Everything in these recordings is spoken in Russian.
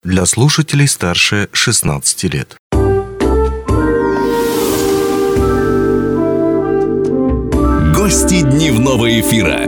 Для слушателей старше 16 лет. Гости дневного эфира.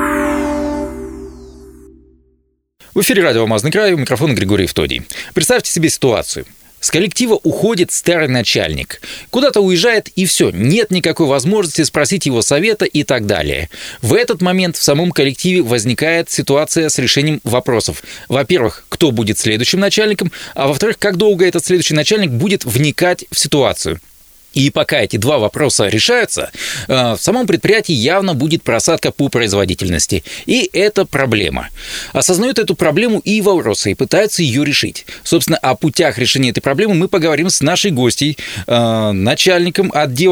В эфире радио «Алмазный край», у микрофона Григорий Евтодий. Представьте себе ситуацию. С коллектива уходит старый начальник. Куда-то уезжает, и все, нет никакой возможности спросить его совета и так далее. В этот момент в самом коллективе возникает ситуация с решением вопросов. Во-первых, кто будет следующим начальником, а во-вторых, как долго этот следующий начальник будет вникать в ситуацию. И пока эти два вопроса решаются, в самом предприятии явно будет просадка по производительности. И это проблема. Осознают эту проблему и вопросы, и пытаются ее решить. Собственно, о путях решения этой проблемы мы поговорим с нашей гостьей, начальником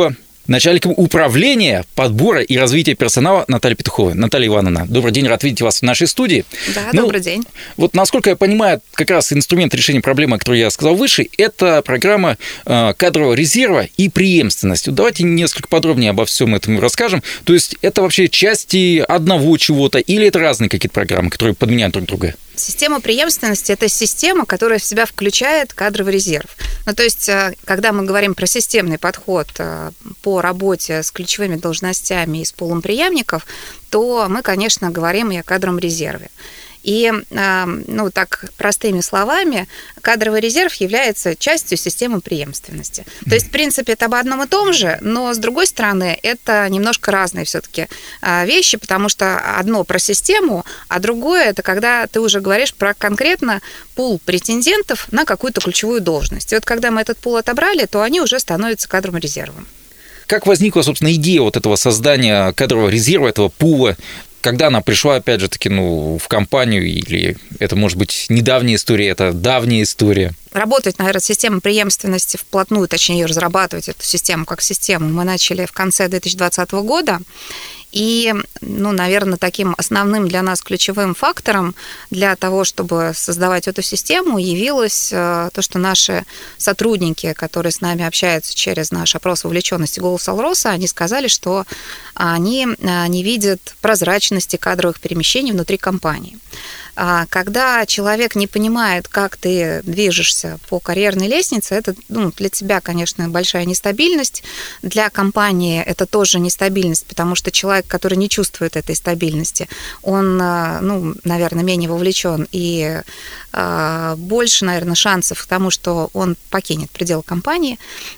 управления подбора и развития персонала Натальей Петуховой. Наталья Ивановна, добрый день, рад видеть вас в нашей студии. Да, добрый день. Вот насколько я понимаю, как раз инструмент решения проблемы, о которой я сказал выше, это программа кадрового резерва и преемственность. Вот давайте несколько подробнее обо всем этом расскажем. То есть это вообще части одного чего-то или это разные какие-то программы, которые подменяют друг друга? Система преемственности – это система, которая в себя включает кадровый резерв. Ну, то есть, когда мы говорим про системный подход по работе с ключевыми должностями и с пулом преемников, то мы, конечно, говорим и о кадровом резерве. И, так простыми словами, кадровый резерв является частью системы преемственности. То есть, в принципе, это об одном и том же, но, с другой стороны, это немножко разные все-таки вещи, потому что одно про систему, а другое – это когда ты уже говоришь про конкретно пул претендентов на какую-то ключевую должность. И вот когда мы этот пул отобрали, то они уже становятся кадровым резервом. Как возникла, собственно, идея вот этого создания кадрового резерва, этого пула? Когда она пришла, опять же таки, в компанию, или это, может быть, недавняя история, это давняя история? Работать, наверное, с системой преемственности вплотную, точнее, ее разрабатывать, эту систему как систему, мы начали в конце 2020 года. И, наверное, таким основным для нас ключевым фактором для того, чтобы создавать эту систему, явилось то, что наши сотрудники, которые с нами общаются через наш опрос вовлеченности «Голос Алроса», они сказали, что они не видят прозрачности кадровых перемещений внутри компании. Когда человек не понимает, как ты движешься по карьерной лестнице, это для тебя, конечно, большая нестабильность. Для компании это тоже нестабильность, потому что человек, который не чувствует этой стабильности, он, наверное, менее вовлечен и больше, наверное, шансов к тому, что он покинет пределы компании.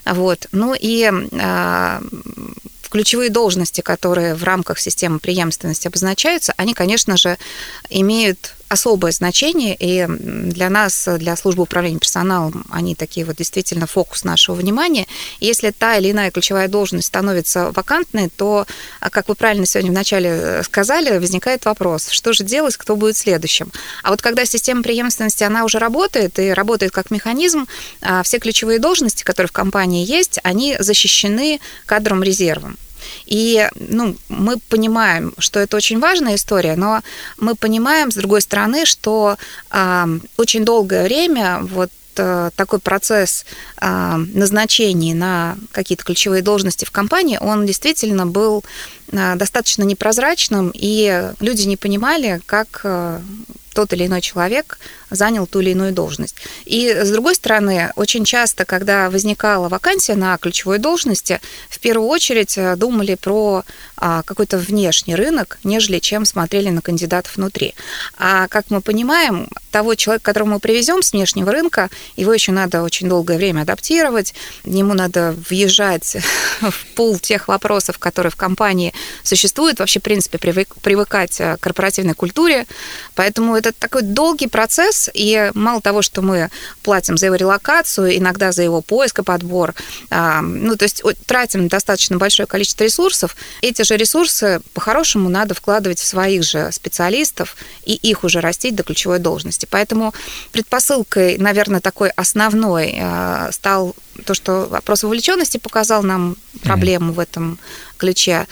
Ключевые должности, которые в рамках системы преемственности обозначаются, они, конечно же, имеют особое значение, и для нас, для службы управления персоналом, они такие вот действительно фокус нашего внимания. И если та или иная ключевая должность становится вакантной, то, как вы правильно сегодня вначале сказали, возникает вопрос, что же делать, кто будет следующим. А вот когда система преемственности, она уже работает, и работает как механизм, все ключевые должности, которые в компании есть, они защищены кадровым резервом. И мы понимаем, что это очень важная история, но мы понимаем, с другой стороны, что очень долгое время такой процесс назначений на какие-то ключевые должности в компании, он действительно был достаточно непрозрачным, и люди не понимали, как тот или иной человек занял ту или иную должность. И, с другой стороны, очень часто, когда возникала вакансия на ключевой должности, в первую очередь думали про какой-то внешний рынок, нежели чем смотрели на кандидатов внутри. А, как мы понимаем, того человека, которого мы привезем с внешнего рынка, его еще надо очень долгое время адаптировать, ему надо въезжать в пул тех вопросов, которые в компании существуют, вообще, в принципе, привыкать к корпоративной культуре. Поэтому это такой долгий процесс, и мало того, что мы платим за его релокацию, иногда за его поиск и подбор, то есть тратим достаточно большое количество ресурсов, эти же ресурсы по-хорошему надо вкладывать в своих же специалистов и их уже растить до ключевой должности. Поэтому предпосылкой, наверное, такой основной стал то, что вопрос вовлеченности показал нам проблему в этом ключе.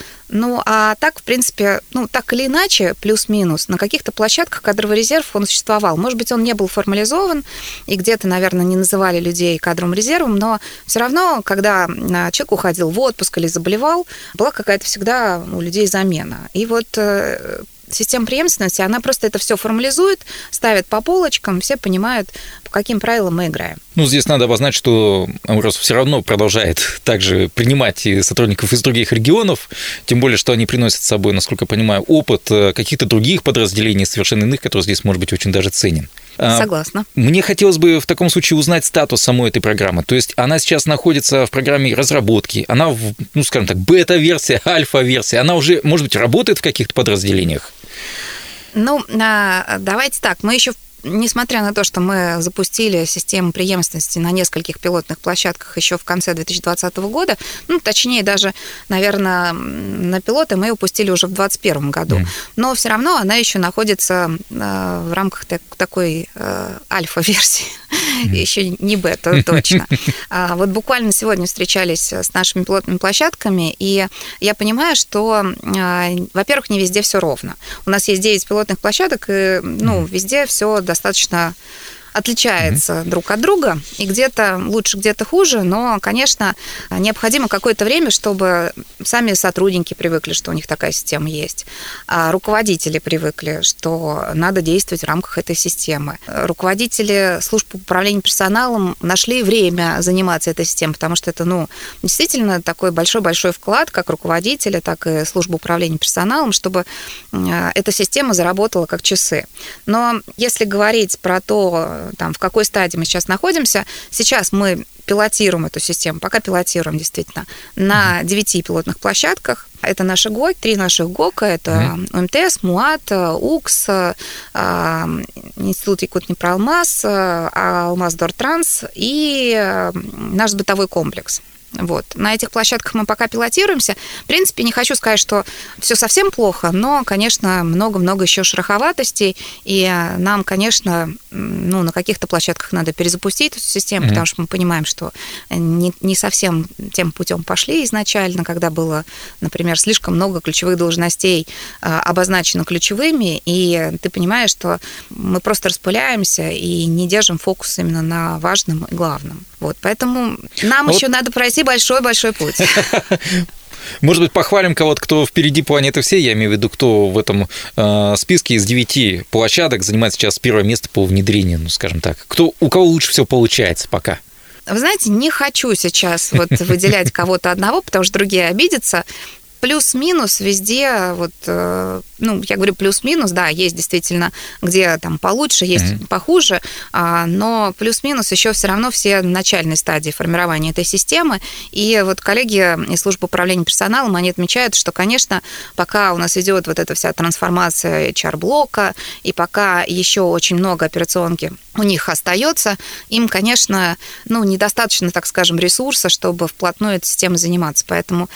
А так, в принципе, так или иначе, плюс-минус, на каких-то площадках кадровый резерв, он существовал. Может быть, он не был формализован, и где-то, наверное, не называли людей кадровым резервом, но все равно, когда человек уходил в отпуск или заболевал, была какая-то всегда у людей замена. И система преемственности, она просто это все формализует, ставит по полочкам, все понимают, по каким правилам мы играем. Здесь надо обозначить, что АМРОС все равно продолжает также принимать и сотрудников из других регионов, тем более, что они приносят с собой, насколько я понимаю, опыт каких-то других подразделений, совершенно иных, который здесь может быть очень даже ценен. Согласна. Мне хотелось бы в таком случае узнать статус самой этой программы. То есть она сейчас находится в программе разработки, она, скажем так, бета-версия, альфа-версия, она уже, может быть, работает в каких-то подразделениях? Давайте так, мы еще, несмотря на то, что мы запустили систему преемственности на нескольких пилотных площадках еще в конце 2020 года, точнее даже, наверное, на пилоты мы ее пустили уже в 2021 году, но все равно она еще находится в рамках такой альфа-версии, еще не бета, точно. Вот буквально сегодня встречались с нашими пилотными площадками, и я понимаю, что, во-первых, не везде все ровно. У нас есть 9 пилотных площадок, и везде все достаточно отличается друг от друга, и где-то лучше, где-то хуже, но, конечно, необходимо какое-то время, чтобы сами сотрудники привыкли, что у них такая система есть, а руководители привыкли, что надо действовать в рамках этой системы. Руководители служб управления персоналом нашли время заниматься этой системой, потому что это, действительно такой большой-большой вклад как руководителя, так и службы управления персоналом, чтобы эта система заработала как часы. Но если говорить про то, в какой стадии мы сейчас находимся. Сейчас мы пилотируем эту систему, пока пилотируем действительно, на 9 пилотных площадках. Это наши ГОК, 3 наших ГОКа, это УМТС, МУАТ, УКС, Институт Якутнепроалмаз, Алмаздортранс и наш бытовой комплекс. На этих площадках мы пока пилотируемся. В принципе, не хочу сказать, что все совсем плохо, но, конечно, много-много еще шероховатостей, и нам, конечно, на каких-то площадках надо перезапустить эту систему, потому что мы понимаем, что не совсем тем путем пошли изначально, когда было, например, слишком много ключевых должностей обозначено ключевыми, и ты понимаешь, что мы просто распыляемся и не держим фокус именно на важном и главном. Поэтому нам еще надо пройти большой-большой путь. Может быть, похвалим кого-то, кто впереди планеты всей, я имею в виду, кто в этом списке из 9 площадок занимает сейчас первое место по внедрению, скажем так. У кого лучше всего получается пока? Вы знаете, не хочу сейчас выделять кого-то одного, потому что другие обидятся. Плюс-минус везде, я говорю плюс-минус, да, есть действительно, где там получше, есть похуже, но плюс-минус еще все равно все начальные стадии формирования этой системы. И коллеги из службы управления персоналом, они отмечают, что, конечно, пока у нас идет эта вся трансформация HR-блока, и пока еще очень много операционки у них остается, им, конечно, недостаточно, так скажем, ресурса, чтобы вплотную этой системой заниматься. Поэтому,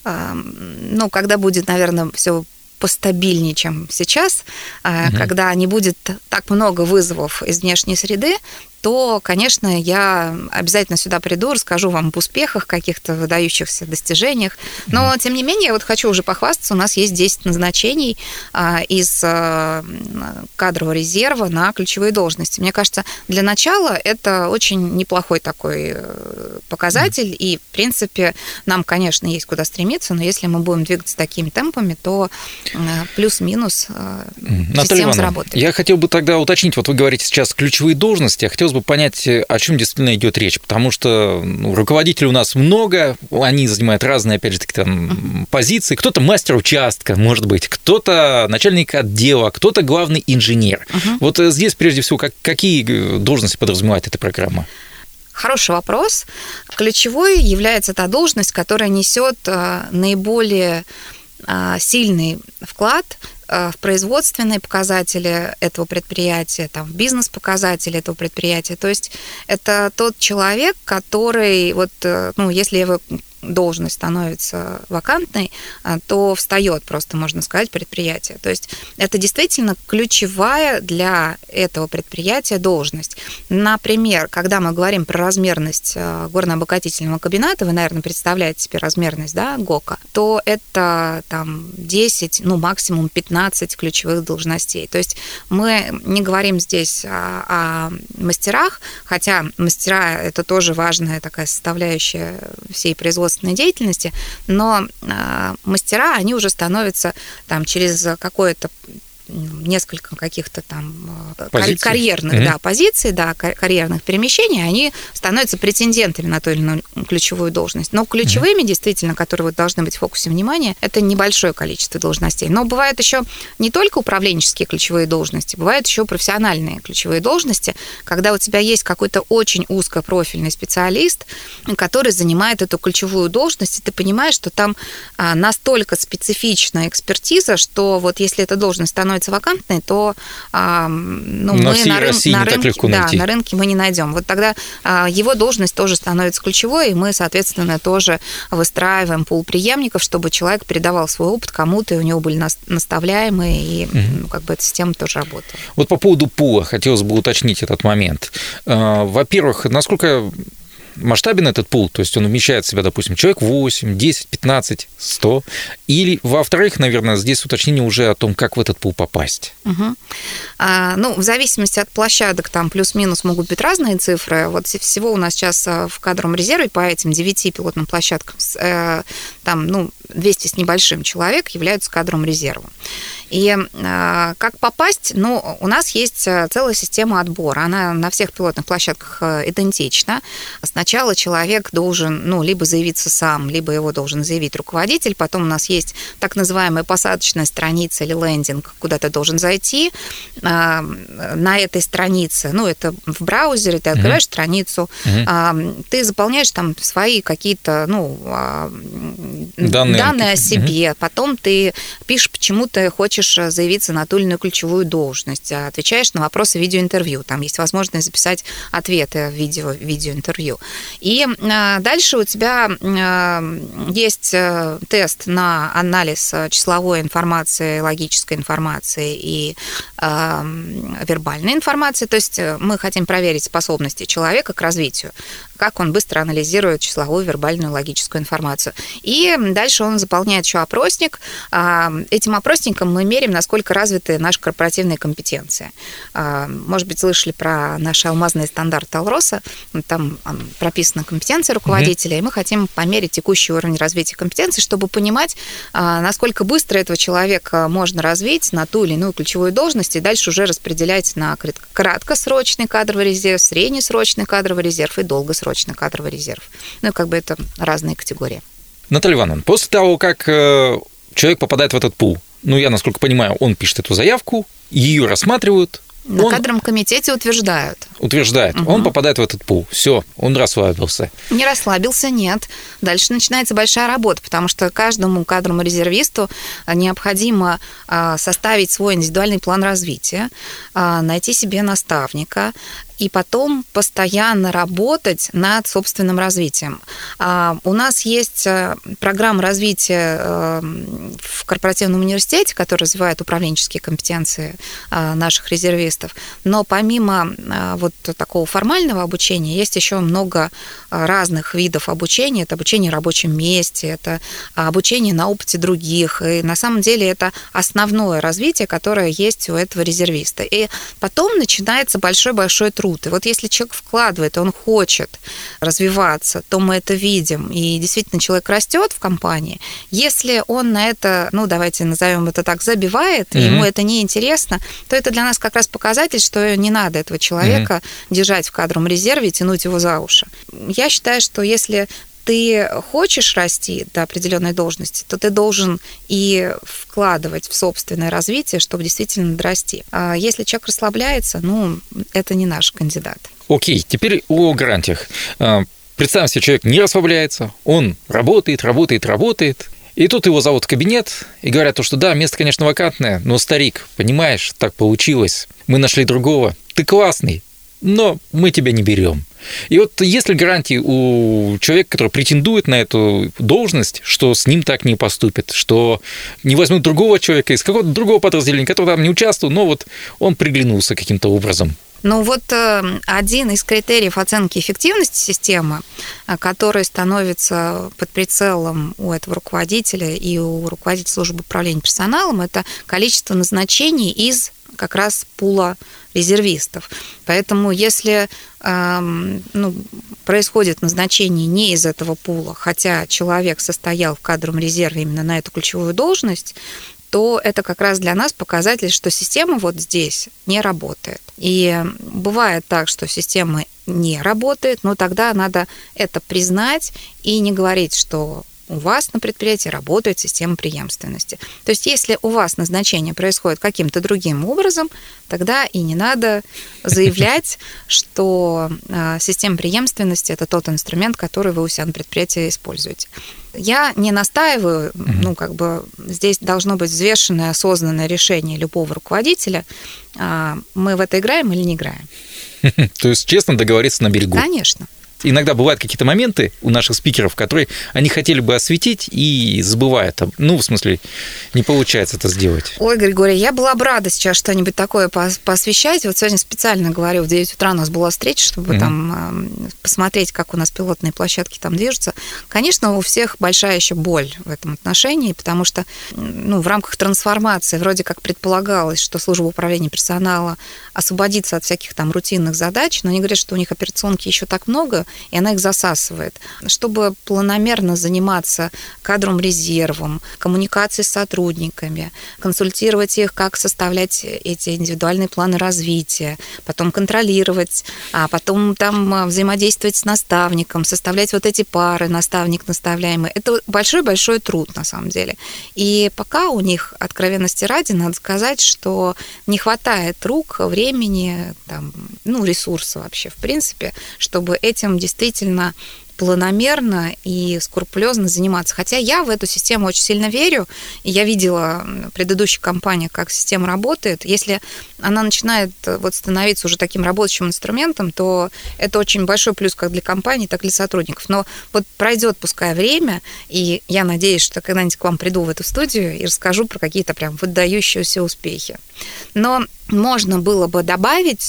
когда будет, наверное, все постабильнее, чем сейчас, когда не будет так много вызовов из внешней среды, то, конечно, я обязательно сюда приду, расскажу вам об успехах, каких-то выдающихся достижениях. Но, тем не менее, я хочу уже похвастаться, у нас есть 10 назначений из кадрового резерва на ключевые должности. Мне кажется, для начала это очень неплохой такой показатель, и, в принципе, нам, конечно, есть куда стремиться, но если мы будем двигаться такими темпами, то плюс-минус система заработает. Я хотел бы тогда уточнить, вы говорите сейчас ключевые должности, хотелось бы понять, о чем действительно идет речь, потому что руководителей у нас много, они занимают разные, опять же, позиции. Кто-то мастер участка, может быть, кто-то начальник отдела, кто-то главный инженер. Здесь, прежде всего, какие должности подразумевает эта программа? Хороший вопрос. Ключевой является та должность, которая несет наиболее сильный вклад в производственные показатели этого предприятия, в бизнес-показатели этого предприятия. То есть это тот человек, который, если его должность становится вакантной, то встает просто, можно сказать, предприятие. То есть это действительно ключевая для этого предприятия должность. Например, когда мы говорим про размерность горно-обогатительного комбината, вы, наверное, представляете себе размерность, ГОКа, то это 10, максимум 15 ключевых должностей. То есть мы не говорим здесь о мастерах, хотя мастера – это тоже важная такая составляющая всей производственной производственной деятельности, но мастера, они уже становятся там через какое-то несколько каких-то там карьерных позиций, карьерных перемещений, они становятся претендентами на ту или иную ключевую должность. Но ключевыми, действительно, которые вот должны быть в фокусе внимания, это небольшое количество должностей. Но бывают еще не только управленческие ключевые должности, бывают еще профессиональные ключевые должности, когда у тебя есть какой-то очень узкопрофильный специалист, который занимает эту ключевую должность, и ты понимаешь, что там настолько специфичная экспертиза, что вот если эта должность становится вакантной, то мы на рынке мы не найдем. Вот тогда его должность тоже становится ключевой, и мы, соответственно, тоже выстраиваем пул преемников, чтобы человек передавал свой опыт кому-то, и у него были наставляемые, и эта система тоже работала. Вот по поводу пула хотелось бы уточнить этот момент. Во-первых, насколько масштабен этот пул, то есть он вмещает в себя, допустим, человек 8, 10, 15, 100, или, во-вторых, наверное, здесь уточнение уже о том, как в этот пул попасть. В зависимости от площадок, там плюс-минус могут быть разные цифры. Вот всего у нас сейчас в кадровом резерве по этим 9 пилотным площадкам там, 200 с небольшим человек являются кадровым резервом. И как попасть? У нас есть целая система отбора. Она на всех пилотных площадках идентична. Сначала человек должен, либо заявиться сам, либо его должен заявить руководитель. Потом у нас есть так называемая посадочная страница или лендинг, куда ты должен зайти. На этой странице, это в браузере, ты открываешь страницу, ты заполняешь там свои какие-то, данные о себе. Потом ты пишешь, почему ты хочешь заявиться на ту или иную ключевую должность, отвечаешь на вопросы видеоинтервью. Там есть возможность записать ответы в видеоинтервью. И дальше у тебя есть тест на анализ числовой информации, логической информации и вербальной информации. То есть мы хотим проверить способности человека к развитию, как он быстро анализирует числовую, вербальную, логическую информацию. И дальше он заполняет еще опросник. Этим опросником мы меряем, насколько развиты наши корпоративные компетенции. Может быть, слышали про наши алмазные стандарты Алроса. Там прописана компетенция руководителя, и мы хотим померить текущий уровень развития компетенций, чтобы понимать, насколько быстро этого человека можно развить на ту или иную ключевую должность, и дальше уже распределять на краткосрочный кадровый резерв, среднесрочный кадровый резерв и долгосрочный кадровый резерв. Это разные каtegории. Наталья Ивановна, после того, как человек попадает в этот пул, я, насколько понимаю, он пишет эту заявку, ее рассматривают. На кадровом комитете утверждают. Он попадает в этот пул. Все, он расслабился. Не расслабился, нет. Дальше начинается большая работа, потому что каждому кадровому резервисту необходимо составить свой индивидуальный план развития, найти себе наставника, и потом постоянно работать над собственным развитием. У нас есть программа развития в корпоративном университете, которая развивает управленческие компетенции наших резервистов, но помимо вот такого формального обучения есть еще много разных видов обучения. Это обучение в рабочем месте, это обучение на опыте других, и на самом деле это основное развитие, которое есть у этого резервиста. И потом начинается большой-большой труд. И вот если человек вкладывает, он хочет развиваться, то мы это видим, и действительно человек растет в компании. Если он на это, давайте назовем это так, забивает, и ему это неинтересно, то это для нас как раз показатель, что не надо этого человека держать в кадровом резерве и тянуть его за уши. Я считаю, что если ты хочешь расти до определенной должности, то ты должен и вкладывать в собственное развитие, чтобы действительно дорасти. А если человек расслабляется, это не наш кандидат. Окей, теперь о гарантиях. Представим себе, человек не расслабляется, он работает, и тут его зовут в кабинет и говорят, что да, место, конечно, вакантное, но, старик, понимаешь, так получилось, мы нашли другого, ты классный, но мы тебя не берем. И вот есть ли гарантии у человека, который претендует на эту должность, что с ним так не поступят, что не возьмут другого человека из какого-то другого подразделения, который там не участвовал, но вот он приглянулся каким-то образом? Один из критериев оценки эффективности системы, который становится под прицелом у этого руководителя и у руководителя службы управления персоналом, это количество назначений из как раз пула резервистов. Поэтому если происходит назначение не из этого пула, хотя человек состоял в кадровом резерве именно на эту ключевую должность, то это как раз для нас показатель, что система вот здесь не работает. И бывает так, что система не работает, но тогда надо это признать и не говорить, что у вас на предприятии работает система преемственности. То есть если у вас назначение происходит каким-то другим образом, тогда и не надо заявлять, что система преемственности – это тот инструмент, который вы у себя на предприятии используете. Я не настаиваю, здесь должно быть взвешенное, осознанное решение любого руководителя. Мы в это играем или не играем? То есть честно договориться на берегу. Конечно. Иногда бывают какие-то моменты у наших спикеров, которые они хотели бы осветить и забывают. Не получается это сделать. Ой, Григорий, я была бы рада сейчас что-нибудь такое поосвещать. Вот сегодня специально говорю, в 9 утра у нас была встреча, чтобы там посмотреть, как у нас пилотные площадки там движутся. Конечно, у всех большая еще боль в этом отношении, потому что в рамках трансформации вроде как предполагалось, что служба управления персонала освободится от всяких там рутинных задач, но они говорят, что у них операционки еще так много, и она их засасывает. Чтобы планомерно заниматься кадровым резервом, коммуникацией с сотрудниками, консультировать их, как составлять эти индивидуальные планы развития, потом контролировать, а потом там взаимодействовать с наставником, составлять вот эти пары наставник-наставляемый. Это большой-большой труд, на самом деле. И пока у них, откровенности ради, надо сказать, что не хватает рук, времени, ресурсов вообще, в принципе, чтобы этим действительно планомерно и скрупулезно заниматься. Хотя я в эту систему очень сильно верю, и я видела в предыдущих компаниях, как система работает. Если она начинает становиться уже таким рабочим инструментом, то это очень большой плюс как для компании, так и для сотрудников. Но пройдет, пускай, время, и я надеюсь, что когда-нибудь к вам приду в эту студию и расскажу про какие-то прям выдающиеся успехи. Но можно было бы добавить,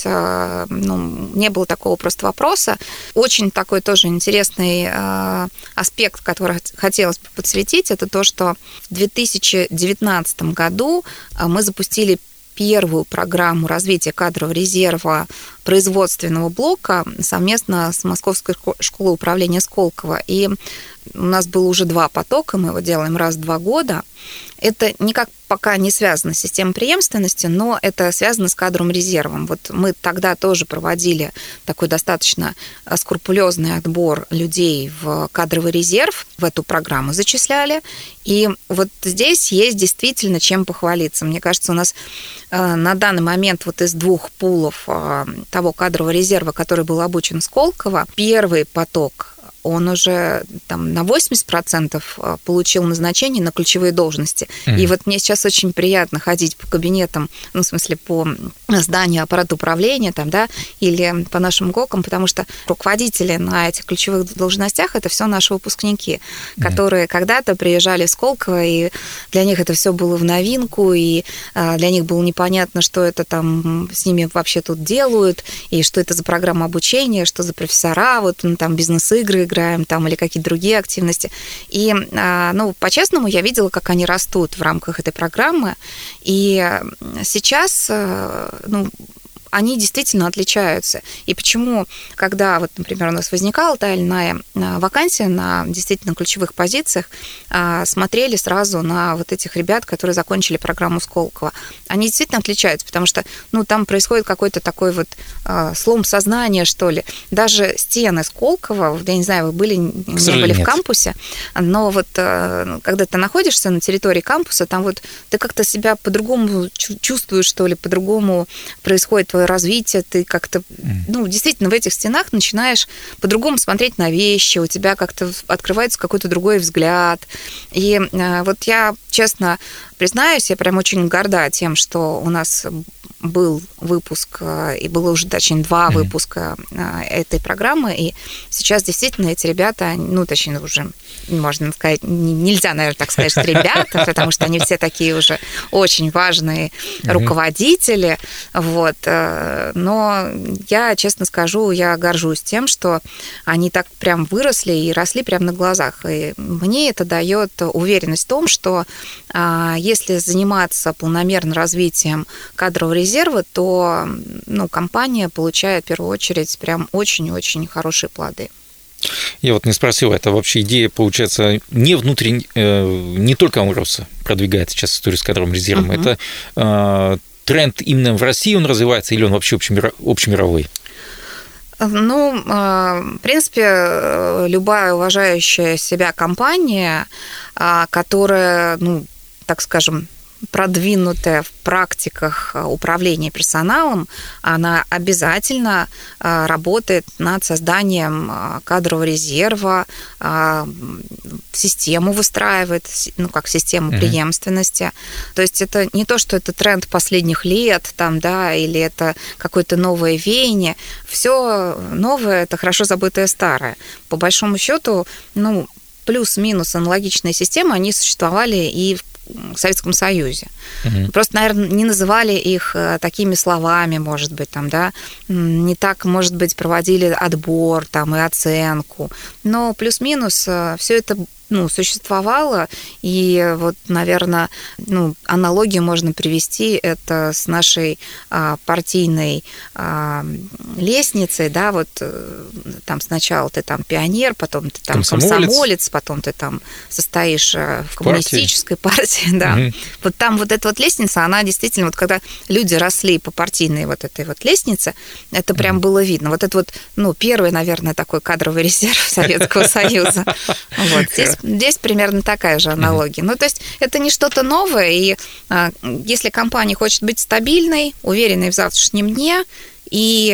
не было такого просто вопроса, очень такой тоже интересный аспект, который хотелось бы подсветить, это то, что в 2019 году мы запустили первую программу развития кадрового резерва производственного блока совместно с Московской школой управления Сколково. И у нас было уже 2 потока, мы его делаем раз в 2 года. Это никак пока не связано с системой преемственности, но это связано с кадровым резервом. Мы тогда тоже проводили такой достаточно скрупулезный отбор людей в кадровый резерв, в эту программу зачисляли. И здесь есть действительно чем похвалиться. Мне кажется, у нас на данный момент из 2 пулов того кадрового резерва, который был обучен в Сколково, первый поток, он уже на 80% получил назначение на ключевые должности. И мне сейчас очень приятно ходить по кабинетам, по зданию аппарата управления, или по нашим ГОКам, потому что руководители на этих ключевых должностях – это все наши выпускники, которые когда-то приезжали в Сколково, и для них это все было в новинку, и для них было непонятно, что это с ними вообще тут делают, и что это за программа обучения, что за профессора, бизнес-игры играем, или какие-то другие активности. И, по-честному, я видела, как они растут в рамках этой программы. И сейчас, они действительно отличаются. И почему, когда, например, у нас возникала та или иная вакансия на действительно ключевых позициях, смотрели сразу на этих ребят, которые закончили программу Сколково. Они действительно отличаются, потому что, там происходит какой-то такой слом сознания, что ли. Даже стены Сколково, я не знаю, вы были, не были в кампусе, но когда ты находишься на территории кампуса, там ты как-то себя по-другому чувствуешь, что ли, по-другому происходит твое развитие, ты как-то, действительно в этих стенах начинаешь по-другому смотреть на вещи, у тебя как-то открывается какой-то другой взгляд. И я, честно признаюсь, я прям очень горда тем, что у нас был выпуск, и было уже, точнее, 2 выпуска этой программы, и сейчас действительно эти ребята, точнее, уже, можно сказать, нельзя, наверное, так сказать, что ребята, потому что они все такие уже очень важные руководители, но я, честно скажу, я горжусь тем, что они так прям выросли и росли прямо на глазах, и мне это дает уверенность в том, что если заниматься полномерным развитием кадрового резерва, резерва, то компания получает в первую очередь прям очень-очень хорошие плоды. Я вот не спросил, это вообще идея, получается, не только Амроса продвигает сейчас историю с кадровым резервом, это тренд именно в России он развивается или он вообще общемировой? В принципе, любая уважающая себя компания, которая, так скажем, продвинутая в практиках управления персоналом, она обязательно работает над созданием кадрового резерва, систему выстраивает, как систему преемственности. То есть это не то, что это тренд последних лет, или это какое-то новое веяние. Все новое – это хорошо забытое старое. По большому счету, плюс-минус аналогичные системы, они существовали и в Советском Союзе. Просто, наверное, не называли их такими словами, может быть, не так, может быть, проводили отбор и оценку. Но плюс-минус все это существовало, и вот, наверное, аналогию можно привести это с нашей партийной лестницей, сначала ты пионер, потом ты комсомолец, потом ты состоишь в коммунистической партии, Вот там вот эта вот лестница, она действительно, вот когда люди росли по партийной вот этой вот лестнице, это прям было видно. Вот это вот, первый, наверное, такой кадровый резерв Советского Союза. Вот здесь примерно такая же аналогия. То есть это не что-то новое, и если компания хочет быть стабильной, уверенной в завтрашнем дне и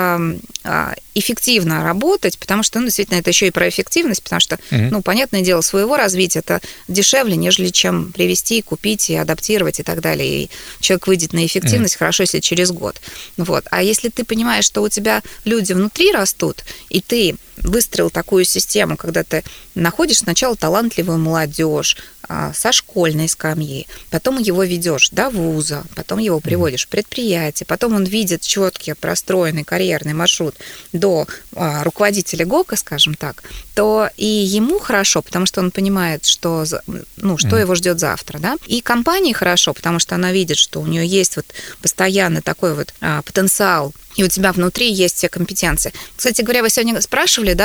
эффективно работать, потому что, действительно, это еще и про эффективность, потому что, понятное дело, своего развития это дешевле, нежели чем привести, купить и адаптировать и так далее. И человек выйдет на эффективность хорошо, если через год. Вот. А если ты понимаешь, что у тебя люди внутри растут, и ты выстроил такую систему, когда ты находишь сначала талантливую молодежь со школьной скамьи, потом его ведешь до вуза, потом его приводишь в предприятие, потом он видит четкий, простроенный карьерный маршрут до руководителя ГОКа, скажем так, то и ему хорошо, потому что он понимает, что его ждет завтра, и компании хорошо, потому что она видит, что у нее есть вот постоянно такой вот потенциал, и у тебя внутри есть все компетенции. Кстати говоря, вы сегодня спрашивали,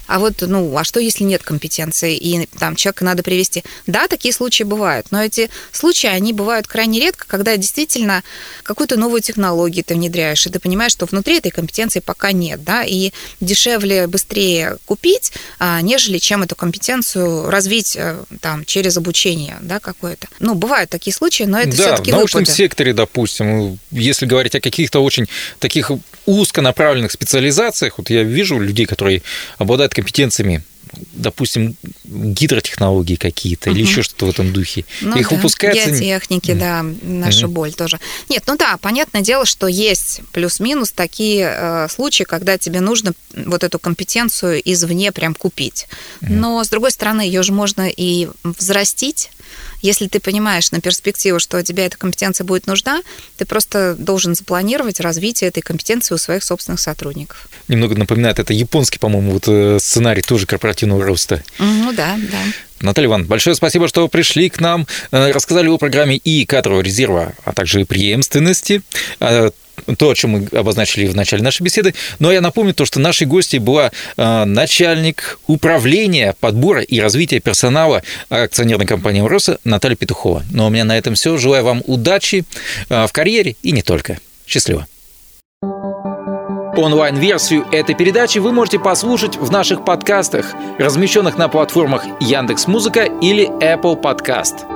а что, если нет компетенции, и человека надо привести? Да, такие случаи бывают, но эти случаи, они бывают крайне редко, когда действительно какую-то новую технологию ты внедряешь, и ты понимаешь, что внутри этой компетенции пока нет, и дешевле, быстрее купить, нежели чем эту компетенцию развить через обучение, какое-то. Бывают такие случаи, но это все-таки в научном секторе, допустим, если говорить о каких-то очень таких узконаправленных специализациях, вот я вижу людей, которые обладают компетенциями, допустим, гидротехнологии какие-то или еще что-то в этом духе. Их выпускается... Геотехники, наша боль тоже. Нет, понятное дело, что есть плюс-минус такие случаи, когда тебе нужно вот эту компетенцию извне прям купить. Но, с другой стороны, ее же можно и взрастить. Если ты понимаешь на перспективу, что тебе эта компетенция будет нужна, ты просто должен запланировать развитие этой компетенции у своих собственных сотрудников. Немного напоминает это японский, по-моему, сценарий тоже корпоративного роста. Да. Наталья Ивановна, большое спасибо, что пришли к нам, рассказали о программе и кадрового резерва, а также и преемственности. То, о чем мы обозначили в начале нашей беседы. Но я напомню то, что нашей гостьей была начальник управления подбора и развития персонала акционерной компании «Амроса» Наталья Петухова. Но у меня на этом все. Желаю вам удачи в карьере и не только. Счастливо. Онлайн-версию этой передачи вы можете послушать в наших подкастах, размещенных на платформах Яндекс.Музыка или Apple Podcast.